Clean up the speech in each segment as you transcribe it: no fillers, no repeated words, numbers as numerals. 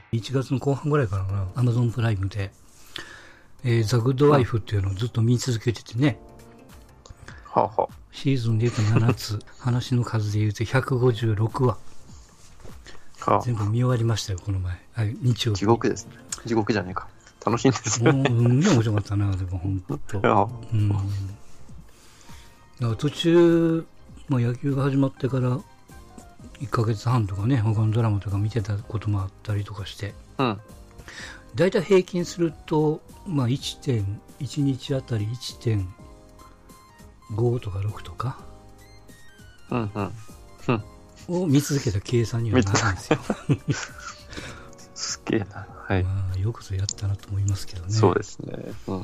1月の後半ぐらいからかな、アマゾンプライムで、ザ・グッド・ワイフっていうのをずっと見続けててね、 はあはあ、 シーズンで言うと7つ、話の数で言うと156話。全部見終わりましたよ、この前。日曜日。 地獄ですね。地獄じゃねえか。楽しいんですよね。 面白かったな、でも本当。だから途中、野球が始まってから1ヶ月半とかね、他のドラマとか見てたこともあったりとかして、だいたい平均すると、1日あたり 1.5 とか6とかを見続けた計算にはなるんですよ。 すげえな。はい。 よくぞやったなと思いますけどね。 そうですね。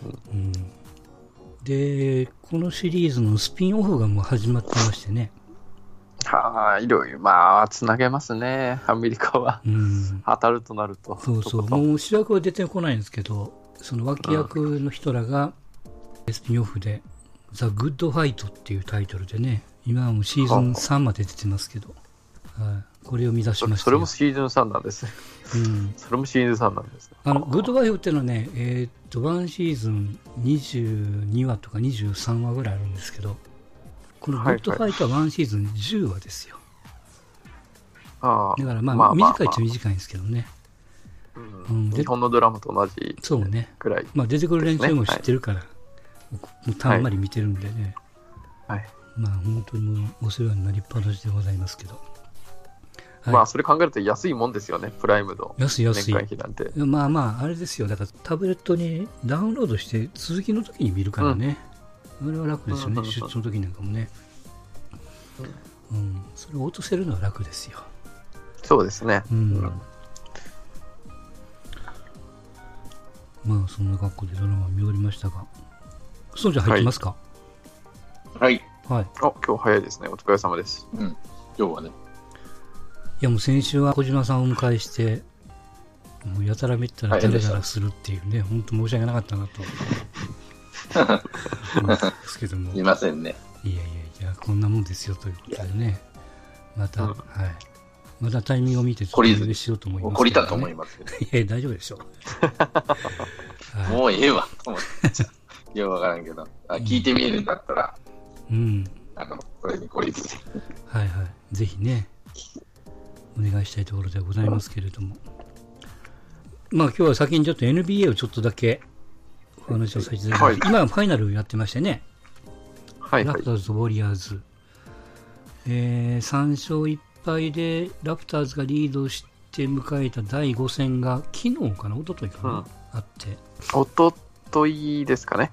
で、このシリーズのスピンオフがもう始まってましてね。 いろいろ、つなげますね、アメリカは。当たるとなると。 そうそう、もう主役は出てこないんですけど、その脇役の人らが、スピンオフで、ザ・グッド・ファイトっていうタイトルでね、今はもうシーズン3まで出てますけど、これを見出しました。 それもシーズン3なんです。それもシーズン3なんです。 グッド・ファイトっていうのはね、1シーズン22話とか23話ぐらいあるんですけど、このグッドファイトは1シーズン10話ですよ。だから短いっちゃ短いんですけどね。 日本のドラマと同じくらい。 そうね。出てくる連中も知ってるから、もうたんまり見てるんでね。本当にもうお世話になりっぱなしでございますけど。 それ考えると安いもんですよね、プライムの年会費なんて。 あれですよ。だからタブレットにダウンロードして続きの時に見るからね。あれは楽ですよね、出張の時なんかもね。それを落とせるのは楽ですよ。 そうですね。 そんな格好でドラマ見終わりましたが、そうじゃ入ってますか？ はい。 今日早いですね。お疲れ様です。 今日はね。 いや、もう先週は小島さんをお迎えして、もうやたらめったらダラダラするっていうね、本当申し訳なかったなと。ですけども。 すいませんね。 いや、こんなもんですよということでね。またタイミングを見てちょっとしようと思います、 怒りたと思いますけど。 大丈夫でしょう。もうええわと思って。よくわからんけど、聞いてみるんだったら、これに懲りずに。 ぜひね、お願いしたいところでございますけれども。今日は先にちょっと NBA をちょっとだけお話をさせていただきます。今はファイナルをやってましてね。ラプターズとウォリアーズ。3勝1敗でラプターズがリードして迎えた第5戦が昨日かな、一昨日かな、あって。 一昨日ですかね。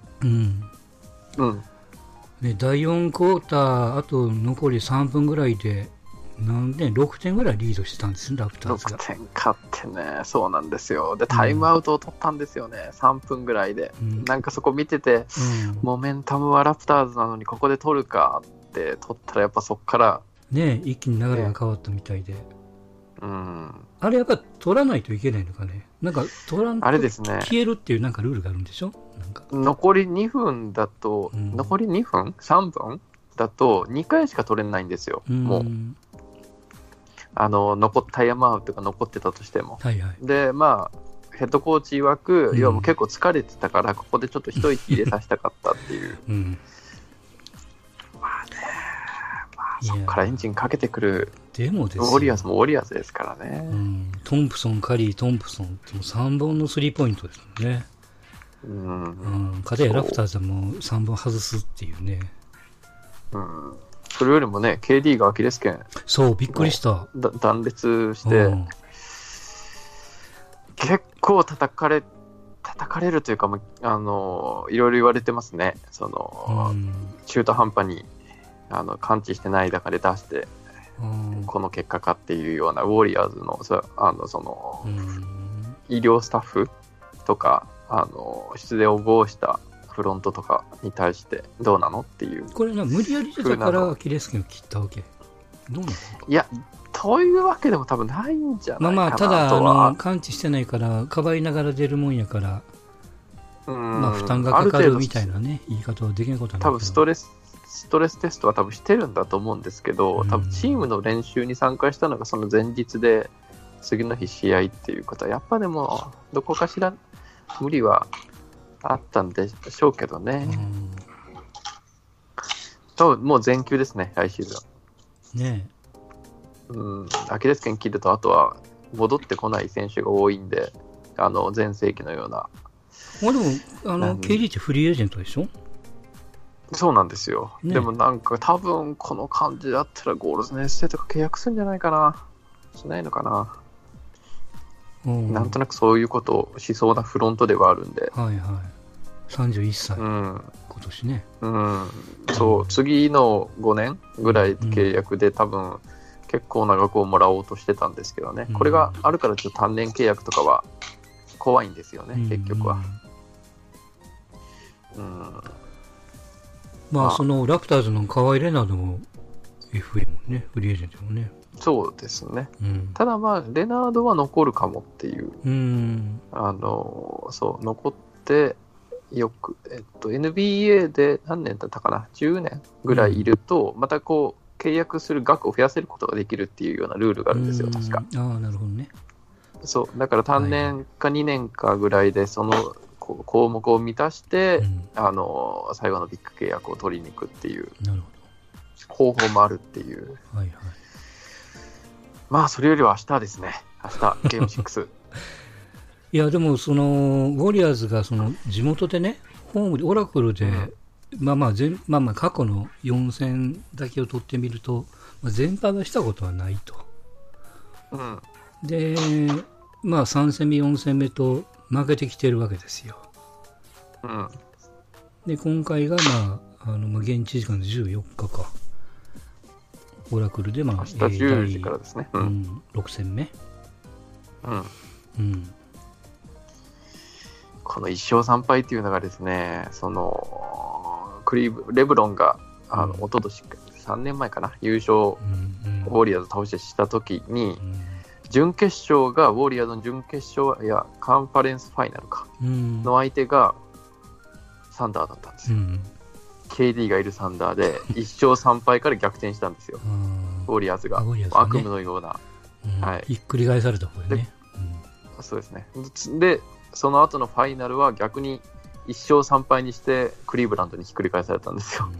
で第4クォーター、あと残り3分ぐらいで、6点ぐらいリードしてたんですよ、ラプターズが。 6点勝ってね、そうなんですよ。で、タイムアウトを取ったんですよね、3分ぐらいで。なんかそこ見てて、モメンタムはラプターズなのにここで取るかって取ったら、やっぱそこからね、一気に流れが変わったみたいで。あれやっぱ取らないといけないのかね。なんか取らんと消えるっていうなんかルールがあるんでしょ。 残り2分だと、残り2分 ?3 分だと2回しか取れないんですよ。もう。タイムアウトが残ってたとしても。で、ヘッドコーチ曰く、要はもう結構疲れてたから、ここでちょっと一息入れさせたかったっていう。そこからエンジンかけてくる。 でもですね、 ウォリアーズもウォリアーズですからね。 トンプソン、カリー、トンプソンってもう3本のスリーポイントですよね。かたやラプターズはもう3本外すっていうね。 それよりもね、KD がアキレス腱。 そう、びっくりした。 断裂して、結構叩かれるというか、いろいろ言われてますね。中途半端に完治してない中で出して、この結果かっていうようなウォリアーズの医療スタッフとか出場を防したフロントとかに対してどうなのっていう。 これ無理やり出たからアキレス腱を切ったわけ？どうなの？ いや、というわけでも多分ないんじゃないかなとは。 ただ完治してないからかばいながら出るもんやから、負担がかかるみたいなね言い方はできないことはないけど、 多分ストレステストは多分してるんだと思うんですけど、多分チームの練習に参加したのがその前日で、 次の日試合っていうことは、やっぱでも、どこかしら無理はあったんでしょうけどね。もう全休ですね、来シーズン。ねアキレス腱切ると、あとは戻ってこない選手が多いんで、前世紀のような。 でも、KD ってフリーエージェントでしょ？ そうなんですよ。でもなんか多分この感じだったらゴールズのエッセイとか契約するんじゃないかな。しないのかな。なんとなくそういうことをしそうなフロントではあるんで。 はいはい。31歳。今年ね。 そう、次の5年ぐらい契約で多分結構な額をもらおうとしてたんですけどね。これがあるからちょっと単年契約とかは怖いんですよね、結局は。 まあ、そのラプターズの河合レナードも FA もね、フリーエージェントもね。 そうですね。ただまあ、レナードは残るかもっていう。そう、残ってよく、NBA で何年だったかな、10年ぐらいいると、またこう、契約する額を増やせることができるっていうようなルールがあるんですよ、確か。 ああ、なるほどね。 そう、だから単年か2年かぐらいで、その項目を満たして、最後のビッグ契約を取りに行くっていう方法もあるっていう。 はいはい。 まあ、それよりは明日ですね。明日、ゲーム6。 いや、でも、ウォリアーズが、地元でね、ホームで、オラクルで、まあまあ、過去の4戦だけを取ってみると、全敗はしたことはないと。で、まあ、3戦目、4戦目と負けてきてるわけですよ。で、今回が、現地時間14日か。オラクルで、 明日10時からですね。 6戦目。 この1勝3敗っていうのがですね、レブロンが、一昨年3年前かな、優勝、ウォリアーズ倒してしたときに、準決勝が、ウォリアーズの準決勝やカンファレンスファイナルか、の相手がサンダーだったんですよ。KD がいるサンダーで、1勝3敗から逆転したんですよ。ウォリアーズが。悪夢のような。 ひっくり返された方でね。 そうですね。で、その後のファイナルは逆に1勝3敗にしてクリーブランドにひっくり返されたんですよ。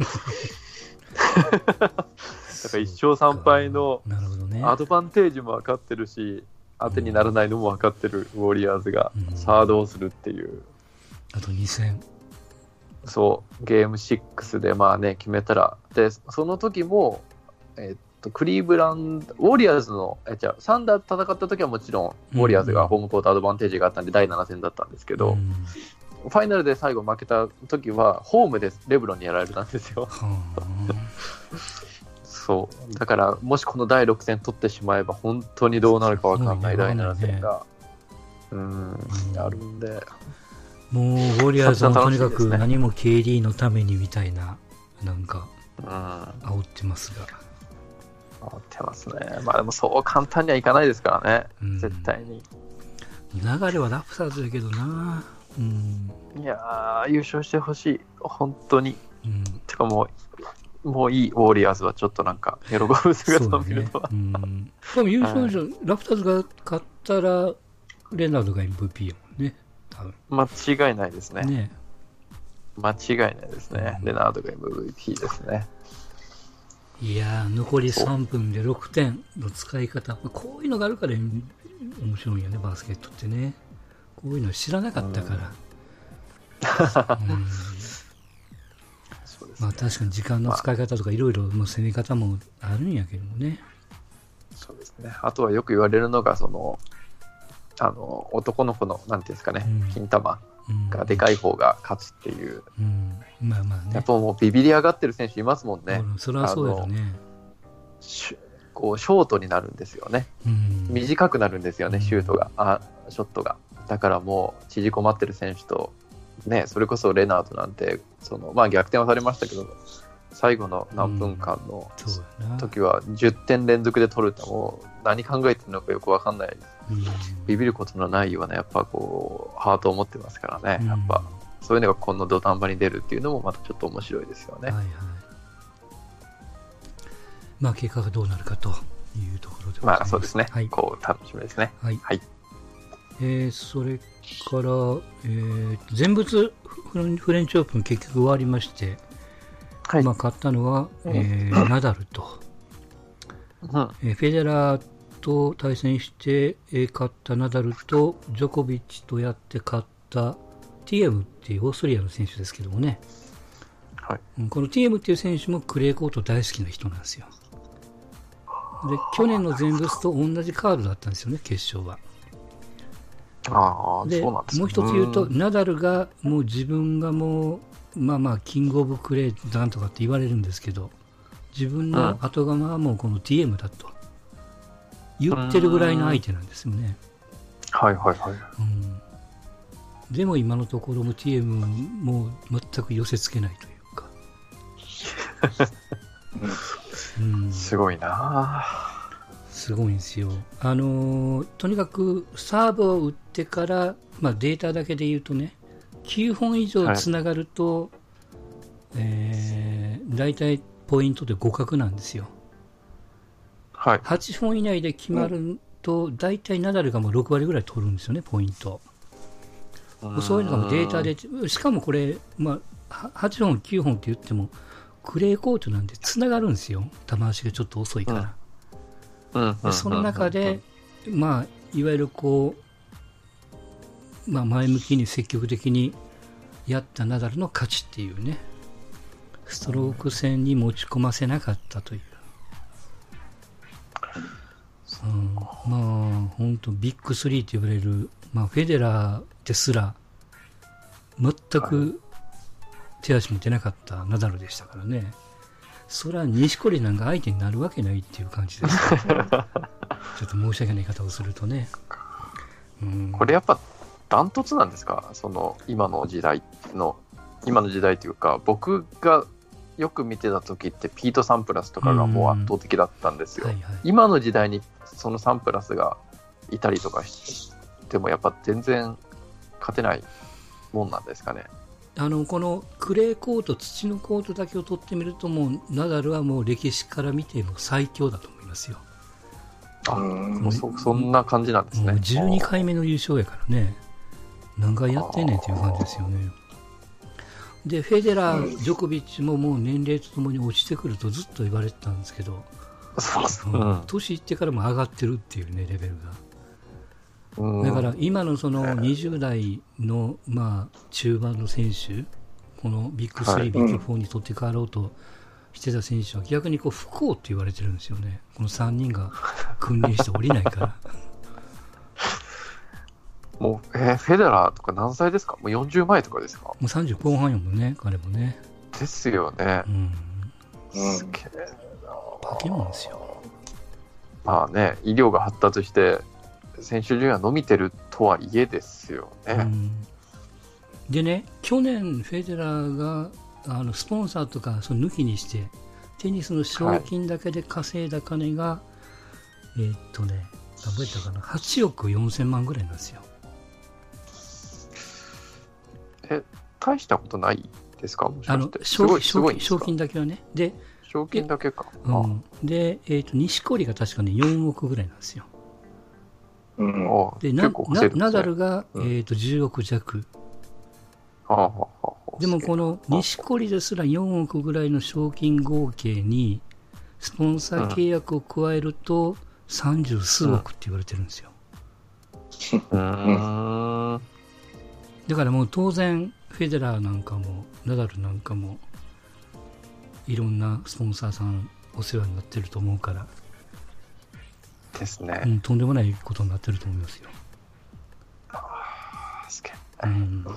だから1勝3敗のアドバンテージも分かってるし、当てにならないのも分かってるウォリアーズがサードをするっていう。 あと2戦。 そう、ゲーム6でまあね、決めたら。で、その時も、クリーブランド、ウォリアーズの、サンダー戦った時はもちろん、ウォリアーズがホームコートアドバンテージがあったんで、第7戦だったんですけど、ファイナルで最後負けた時は、ホームでレブロンにやられたんですよ。そう。だから、もしこの第6戦取ってしまえば、本当にどうなるか分かんない第7戦が、あるんで。 もう、ウォリアーズはとにかく何も KD のためにみたいな、なんか、煽ってますが。 煽ってますね。まあでもそう簡単にはいかないですからね、絶対に。 流れはラプターズだけどな。 いやー、優勝してほしい。本当に。てかもういいウォリアーズはちょっとなんか、喜ぶ姿を見るとは。 でも優勝じゃ、ラプターズが勝ったら、レナードが MVP やもんね。 間違いないですね。間違いないですね。レナードが MVP ですね。 いやー、残り3分で6点の使い方。こういうのがあるから面白いよね、バスケットってね。こういうの知らなかったから。まあ確かに時間の使い方とかいろいろ攻め方もあるんやけどもね。 そうですね。あとはよく言われるのが、男の子の、なんていうんですかね、金玉がでかい方が勝つっていう。 まあまあね。 やっぱもうビビり上がってる選手いますもんね。 それはそうだよね。 こうショートになるんですよね。短くなるんですよね、シュートが、ショットが。だからもう縮こまってる選手と、ね、それこそレナードなんて、まあ逆転はされましたけど、最後の何分間の時は10点連続で取ると、もう何考えてるのかよく分かんない、ビビることのないようなやっぱこうハートを持ってますからね、やっぱそういうのがこの土壇場に出るっていうのもまたちょっと面白いですよね。 まあ結果がどうなるかというところでございます。 まあそうですね。 はい、 こう楽しみですね。 はい。 はい。 それから、全仏フレンチオープン結局終わりまして、 はい。 まあ勝ったのは、ナダルと、フェデラーと対戦して、勝ったナダルとジョコビッチとやって勝ったティエムっていうオーストリアの選手ですけどもね、 はい、 このティエムっていう選手もクレーコート大好きな人なんですよ。で去年の全仏と同じカードだったんですよね、決勝は。でそうなんですね。 もう一つ言うと、ナダルがもう自分がもうまあまあキングオブクレーなんとかって言われるんですけど、自分の後釜はもうこの TM だと言ってるぐらいの相手なんですよね。 はいはいはい。 でも今のところも TM も全く寄せ付けないというか、 すごいな。 すごいんですよ。とにかくサーブを打ってから、まあ、データだけで言うとね、9本以上つながると、だいたいポイントで互角なんですよ。 はい、 8本以内で決まると、だいたいナダルがもう6割ぐらい取るんですよね、ポイント。そういうのがもうデータで、しかもこれ、まあ、8本、9本って言っても、クレーコートなんでつながるんですよ、球足がちょっと遅いから。でその中で、まあ、いわゆるこう、まあ、前向きに積極的にやったナダルの勝ちっていうね、ストローク戦に持ち込ませなかったという、まあ本当ビッグ3と呼ばれる、まあ、フェデラーですら全く手足も出なかったナダルでしたからね。それは錦織なんか相手になるわけないっていう感じです、ね、ちょっと申し訳ない言い方をするとね、 これやっぱダントツなんですか、その今の時代というか、僕がよく見てた時ってピート・サンプラスとかがもう圧倒的だったんですよ、はいはい、今の時代にそのサンプラスがいたりとかしてもやっぱ全然勝てないもんなんですかね。 このクレーコート、土のコートだけを取ってみると、もうナダルはもう歴史から見ても最強だと思いますよ。 もうそんな感じなんですね。 12回目の優勝やからね、何回やってんねんという感じですよね。でフェデラー、ジョコビッチももう年齢とともに落ちてくるとずっと言われてたんですけど、年いってからも上がってるっていうね、レベルが。だから今のその20代のまあ中盤の選手、このビッグ3、ビッグ4に取って代わろうとしてた選手は逆にこう不幸って言われてるんですよね。この3人が君臨して降りないからもう、フェデラーとか何歳ですか？もう40前とかですか？もう30後半やもんね、彼もね。 ですよね。 すげえな。化け物ですよ。 まあね、医療が発達して選手順位は伸びてるとはいえですよね。 でね、去年フェデラーがスポンサーとかその抜きにしてテニスの賞金だけで稼いだ金が、何ぼやったかな、8億4000万ぐらいなんですよ。 大したことないですか？もしかして賞金だけはね。で賞金だけか。 で、錦織が確かね4億ぐらいなんですよ。でナダルが、10億弱。でもこの錦織ですら4億ぐらいの賞金合計にスポンサー契約を加えると30数億って言われてるんですよ。だからもう当然フェデラーなんかもナダルなんかもいろんなスポンサーさんお世話になってると思うからですね、 とんでもないことになってると思いますよ。 すげえ。い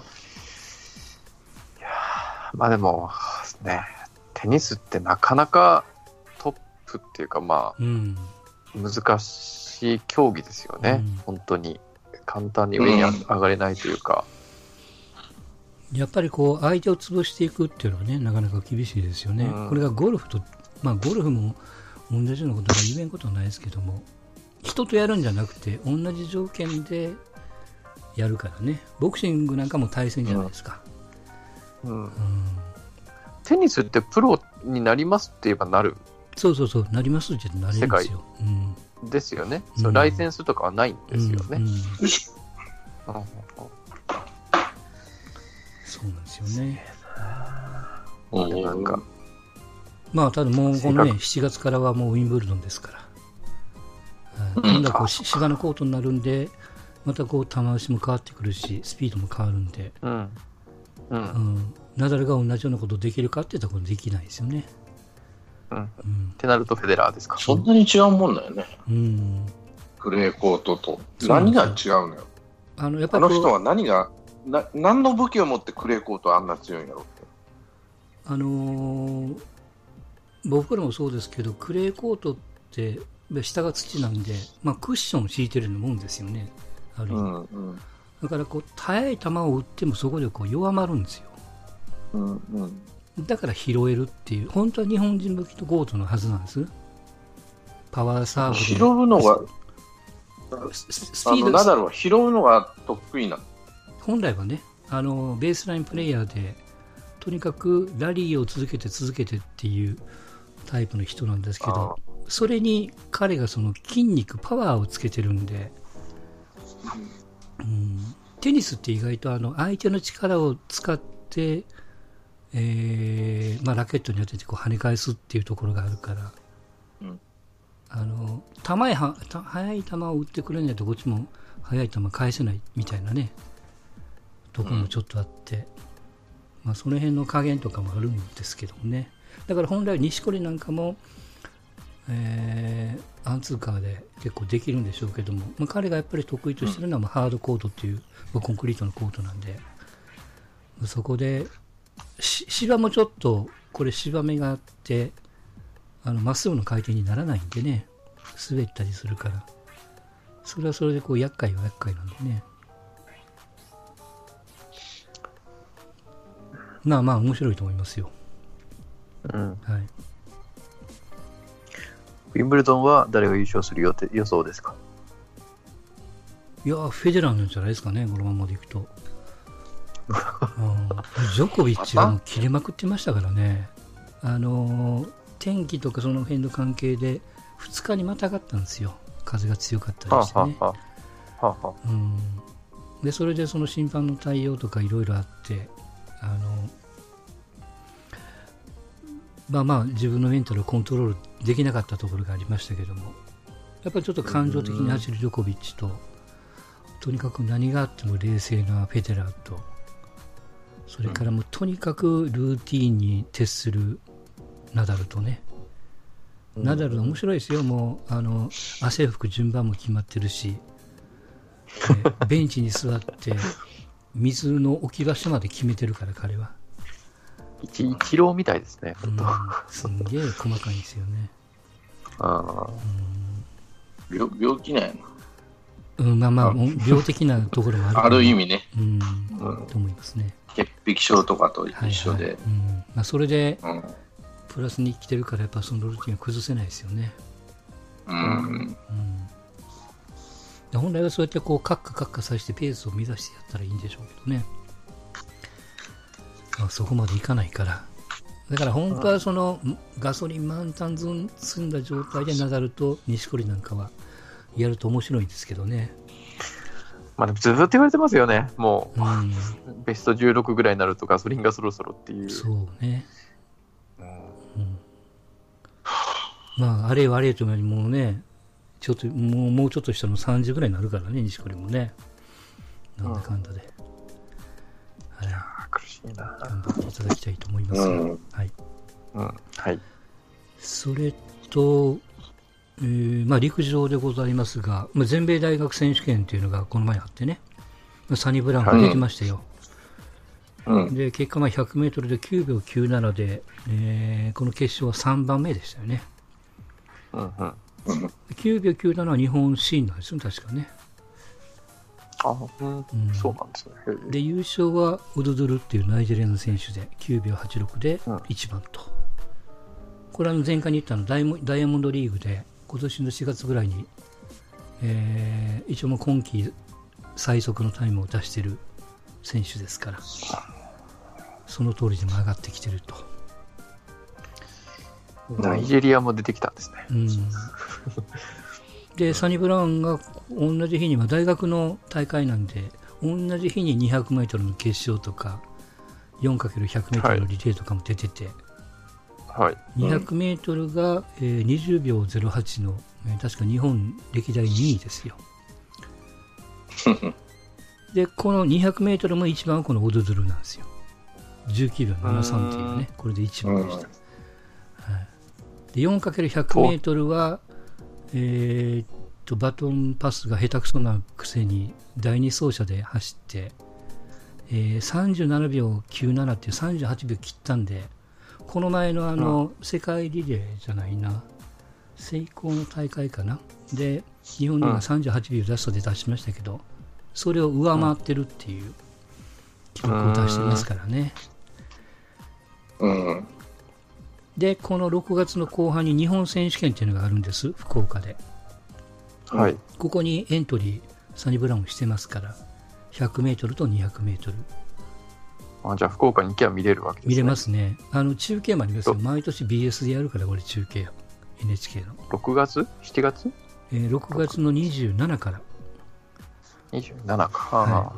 やまあでもね、テニスってなかなかトップっていうかまあ、難しい競技ですよね、本当に簡単に上に上がれないというか、 やっぱりこう相手を潰していくっていうのはね、なかなか厳しいですよね。これがゴルフと、まあゴルフも同じようなことが言えんことはないですけども、人とやるんじゃなくて同じ条件でやるからね。ボクシングなんかも対戦じゃないですか。 テニスってプロになりますって言えばなるそうそうそう、なりますってなれるんですよ。 ですよね。そう、ライセンスとかはないんですよね。 そうなんですよね。 なんかまあ、ただもうこのね、7月からはもうウィンブルドンですから。今度はこう芝のコートになるんで、またこう球足も変わってくるし、スピードも変わるんで、ナダルが同じようなことできるかって言ったらできないですよね。 ってなるとフェデラーですか。 そんなに違うもんだよね。クレーコートと。何が違うのよ。 やっぱりあの人は何の武器を持ってクレーコートはあんな強いんやろって。 僕らもそうですけど、クレーコートって下が土なんで、まあ、クッションを敷いてるようなもんですよね。ある意味。だからこう速い球を打ってもそこでこう弱まるんですよ。だから拾えるっていう、本当は日本人武器とコートのはずなんです。パワーサーブで拾うのがスピードナダルは拾うのが得意なの。 本来はね、ベースラインプレイヤーでとにかくラリーを続けてっていうタイプの人なんですけど、それに彼がその筋肉パワーをつけてるんで、テニスって意外と相手の力を使って、まあ、ラケットに当ててこう跳ね返すっていうところがあるから、速い球を打ってくれないとこっちも速い球返せないみたいなねところもちょっとあって、まあ、その辺の加減とかもあるんですけどもね。だから本来錦織なんかも、アンツーカーで結構できるんでしょうけども、まあ、彼がやっぱり得意としてるのはハードコートっていうコンクリートのコートなんで、そこで芝もちょっとこれ芝目があってまっすぐの回転にならないんでね、滑ったりするから、それはそれでこう厄介は厄介なんでね。まあまあ面白いと思いますよ。はい。 ウィンブルドンは誰が優勝する予想ですか？ いやフェデラーなんじゃないですかね、このままでいくと。ジョコビッチはもう切れまくってましたからね。天気とかその辺の関係で2日にまたがったんですよ。風が強かったりしてね。でそれでその審判の対応とかいろいろあって、まあ自分のメンタルをコントロールできなかったところがありましたけども、やっぱりちょっと感情的に走るジョコビッチと、とにかく何があっても冷静なフェデラーと、それからもうとにかくルーティーンに徹するナダルとね。ナダル面白いですよ。もう汗拭く順番も決まってるし、ベンチに座って水の置き場所まで決めてるから、彼は一郎みたいですね。 すんげえ細かいんですよね。 病気なんやな。 まあまあ病的なところもあるある意味ね。 と思いますね。 潔癖症とかと一緒で、 まあ、それで、プラスに来てるからやっぱそのルーティンを崩せないですよね。本来はそうやってこうカッカさせてペースを乱してやったらいいんでしょうけどね。まあ、そこまでいかないから。だから本当はそのガソリン満タン積んだ状態でナダルと錦織なんかはやると面白いんですけどね。 まあでもずっと言われてますよね。もう、ベスト16ぐらいになるとガソリンがそろそろっていう。 そうね。まああれよあれよというよりもね、ちょっともうちょっとしたの3時ぐらいになるからね、錦織もね。なんだかんだで。 苦しいな。 頑張っていただきたいと思いますよ。はい。それと、まあ、陸上でございますが、全米大学選手権というのがこの前あってね、サニブラウンができましたよ。で結果は100メートルで9秒97で、この決勝は3番目でしたよね。9秒97は日本新なんですよ、確かね。 そうなんですね。 で優勝はウドゥドゥルっていうナイジェリアの選手で9秒86で1番と。これは前回に言ったダイヤモンドリーグで今年の4月ぐらいに、一応もう今季最速のタイムを出している選手ですから、その通りでも上がってきてると。 ナイジェリアも出てきたんですね。 うん、で、サニブラウンが同じ日に、大学の大会なんで、同じ日に200メートルの決勝とか、4×100 メートルのリレーとかも出てて、 はい、 200メートルが、20秒08の、確か日本歴代2位ですよ。で、この200メートルも一番このオドドゥルなんですよ。19秒73っていうね、これで一番でした。はい、で、4×100 メートルは、バトンパスが下手くそなくせに第2走者で走って、37秒97っていう38秒切ったんで、この前の世界リレーじゃないな、セイコーの大会かなで、日本人が38秒ラストで出しましたけど、それを上回ってるっていう記録を出してますからね。で、この6月の後半に日本選手権っていうのがあるんです、福岡で。 はい、 ここにエントリー、サニブラウンしてますから、100メートルと200メートル。 じゃあ、福岡に行けば見れるわけですね。 見れますね。中継もありますよ。毎年 BS でやるから、これ中継よ。NHK の。 6月 ?7 月 6月の27から。 27か。 はい、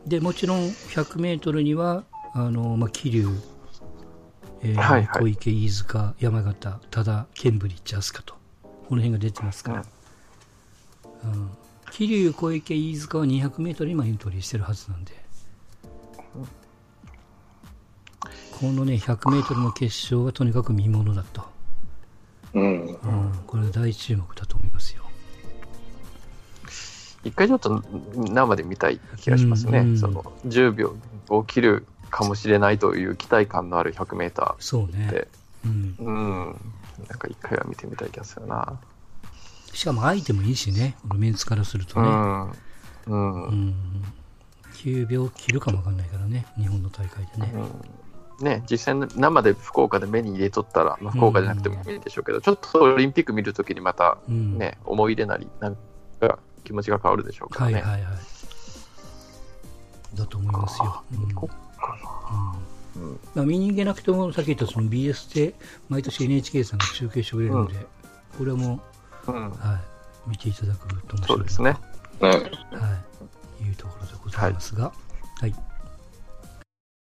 で、もちろん100メートルには、桐生、小池、飯塚、山形、多田、ケンブリッジ、飛鳥と、この辺が出てますから。桐生、小池、飯塚は200メートルにエントリーしてるはずなんで。このね、100メートルの決勝はとにかく見ものだと。これは大注目だと思いますよ。 一回ちょっと生で見たい気がしますね。その10秒を切るかもしれないという期待感のある100メーター。 そうね。 なんか一回は見てみたい気がするな。 しかも相手もいいしね、このメンツからするとね。9秒切るかもわかんないからね、日本の大会でね。 実際生で福岡で目に入れとったら、福岡じゃなくてもいいでしょうけど、ちょっとオリンピック見るときにまたね、思い入れなり、なんか気持ちが変わるでしょうからね。 だと思いますよ。見に行けなくても、さっき言ったその BS で毎年 NHK さんが中継してくれるので、これはもう、見ていただくと面白い。 そうですね。 いうところでございますが、はい。